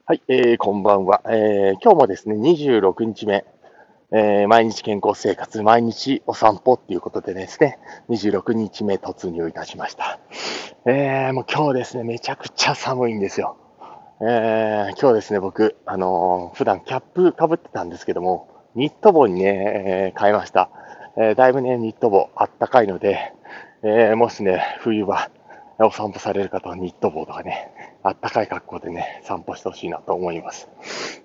はい、こんばんは。今日もですね、26日目、毎日健康生活、毎日お散歩っていうことでですね、26日目突入いたしました。もう今日ですね、めちゃくちゃ寒いんですよ。今日ですね、僕、普段キャップかぶってたんですけども、ニット帽にね、変えました。だいぶね、ニット帽あったかいので、もしね、冬場、お散歩される方はニット帽とかね、あったかい格好でね、散歩してほしいなと思います。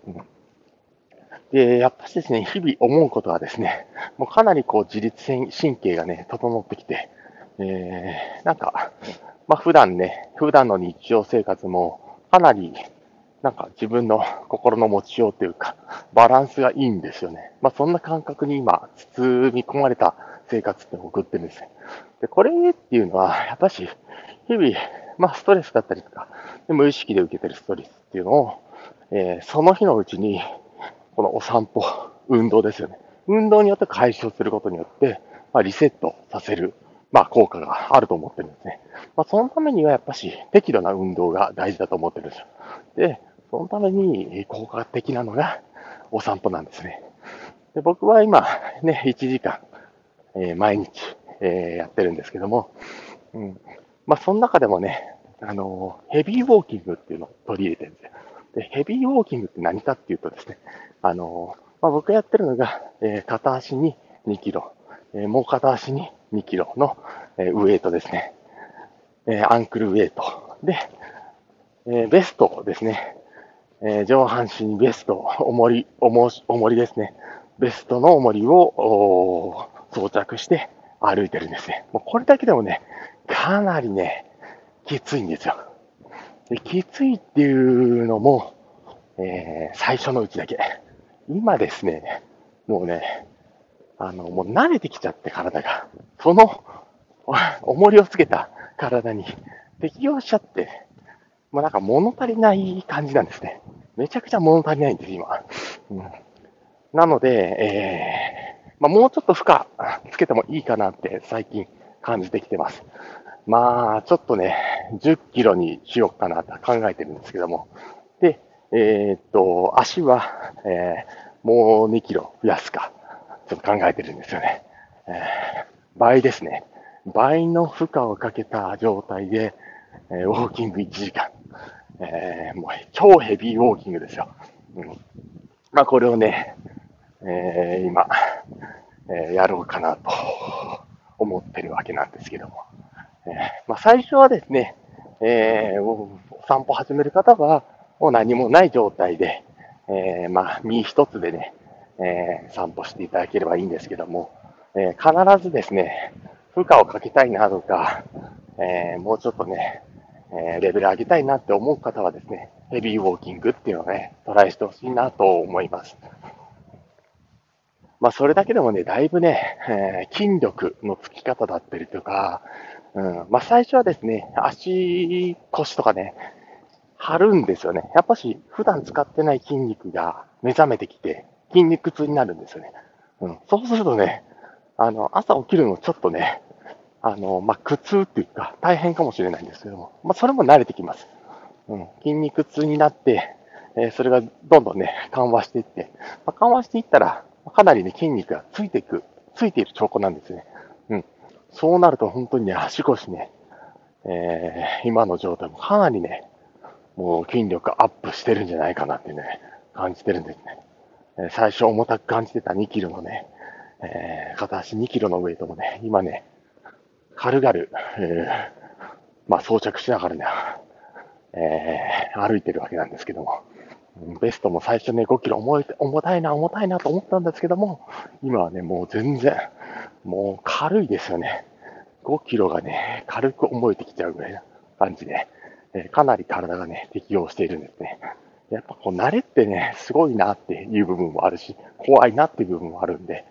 で、やっぱしですね、日々思うことはですね、もうかなりこう自律神経がね、整ってきて、なんか、まあ普段の日常生活もかなりなんか自分の心の持ちようというか、バランスがいいんですよね。まあそんな感覚に今、包み込まれた生活って送ってるんですね。で、これっていうのは、やっぱし、日々、まあストレスだったりとか、無意識で受けてるストレスっていうのを、その日のうちに、このお散歩、運動ですよね。運動によって解消することによって、まあ、リセットさせる、まあ、効果があると思ってるんですね。まあ、そのためにはやっぱし適度な運動が大事だと思ってるんですよ。で、そのために効果的なのがお散歩なんですね。で、僕は今、ね、1時間、毎日、やってるんですけども、うん。まあ、その中でもね、ヘビーウォーキングっていうのを取り入れてるんですよ。で、ヘビーウォーキングって何かっていうとですね、まあ、僕がやってるのが、片足に2キロ、もう片足に2キロの、ウエイトですね。アンクルウェイト。で、ベストですね。上半身にベスト、重りですね。ベストの重りを装着して歩いてるんですね。もうこれだけでもね、かなりね、きついんですよ。できついっていうのも、最初のうちだけ。今ですね、もうね、もう慣れてきちゃって体が、その重りをつけた体に適応しちゃって、もうなんか物足りない感じなんですね。めちゃくちゃ物足りないんです、今。うん、なので、まあ、もうちょっと負荷つけてもいいかなって最近感じてきてます。まあ、ちょっとね、10キロにしようかなと考えてるんですけども。で、足は、もう2キロ増やすか、ちょっと考えてるんですよね。倍ですね。倍の負荷をかけた状態で、ウォーキング1時間。もう超ヘビーウォーキングですよ。うん、まあ、これをね、今、やろうかなと思ってるわけなんですけども。まあ、最初はですね、お散歩始める方は、もう何もない状態で、まあ、身一つでね、散歩していただければいいんですけども、必ずですね、負荷をかけたいなとか、もうちょっとね、レベル上げたいなって思う方はですね、ヘビーウォーキングっていうのをね、トライしてほしいなと思います。まあ、それだけでもね、だいぶね、筋力のつき方だったりとか、まあ、最初はですね、足腰とかね、張るんですよね。やっぱし、普段使ってない筋肉が目覚めてきて、筋肉痛になるんですよね。そうするとね、朝起きるのちょっとね、まあ、苦痛っていうか、大変かもしれないんですけども、まあ、それも慣れてきます。筋肉痛になって、それがどんどんね、緩和していって、まあ、緩和していったら、かなりね、筋肉がついている証拠なんですね。うん。そうなると本当にね、足腰ね、今の状態もかなりね、もう筋力アップしてるんじゃないかなってね、感じてるんですね。最初重たく感じてた2キロのね、片足2キロのウェイトもね、今ね、軽々、まあ装着しながらね、歩いてるわけなんですけども、ベストも最初ね、5キロ重たいなと思ったんですけども、今はね、もう全然、もう軽いですよね。5キロがね、軽く思えてきちゃうぐらいな感じで、かなり体がね、適応しているんですね。やっぱこう慣れってね、すごいなっていう部分もあるし、怖いなっていう部分もあるんで、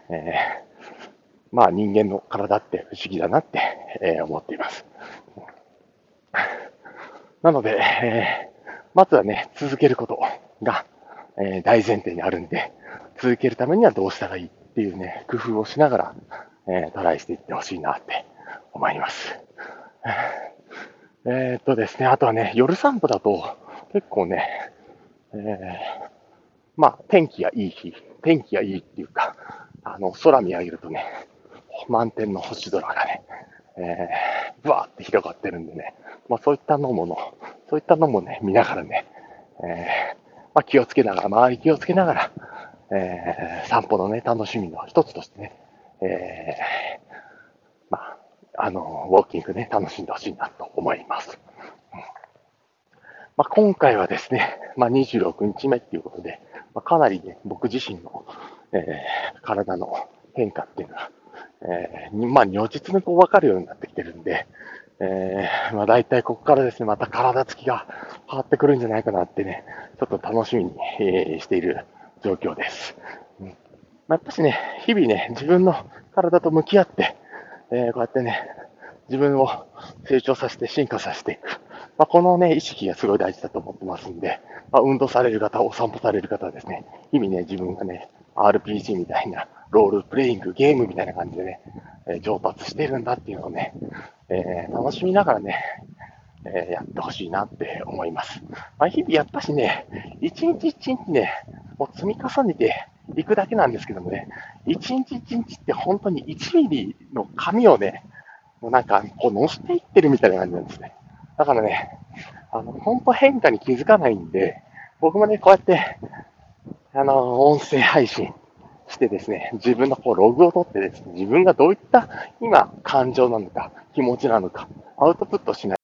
まあ人間の体って不思議だなって、思っています。なので、まずはね、続けることが、大前提にあるんで、続けるためにはどうしたらいいっていうね、工夫をしながら、トライしていってほしいなって思います。ですね、あとはね、夜散歩だと結構ね、 天気がいい日、天気がいいっていうか、空見上げるとね、満天の星空がね、ブワーって広がってるんでね、そういったのもね、見ながらね、気をつけながら、周り気をつけながら、散歩のね、楽しみの一つとしてね、ウォーキングね、楽しんでほしいなと思います。今回はですね、26日目っていうことで、かなりね、僕自身の、体の変化っていうのは、如実にこう分かるようになってきてるんで、大体ここからですね、また体つきが変わってくるんじゃないかなってね、ちょっと楽しみに、している状況です。やっぱしね、日々ね、自分の体と向き合って、こうやってね、自分を成長させて進化させていく。このね、意識がすごい大事だと思ってますんで、運動される方、お散歩される方はですね、日々ね、自分がね、RPG みたいな、ロールプレイング、ゲームみたいな感じでね、上達してるんだっていうのをね、楽しみながらね、やってほしいなって思います。日々やっぱしね、一日一日ね、もう積み重ねていくだけなんですけどもね、一日一日って本当に1ミリの紙をね、もうなんか、こう乗せていってるみたいな感じなんですね。だからね、本当変化に気づかないんで、僕もね、こうやって、音声配信してですね、自分のこうログを取ってですね、自分がどういった今感情なのか、気持ちなのか、アウトプットしない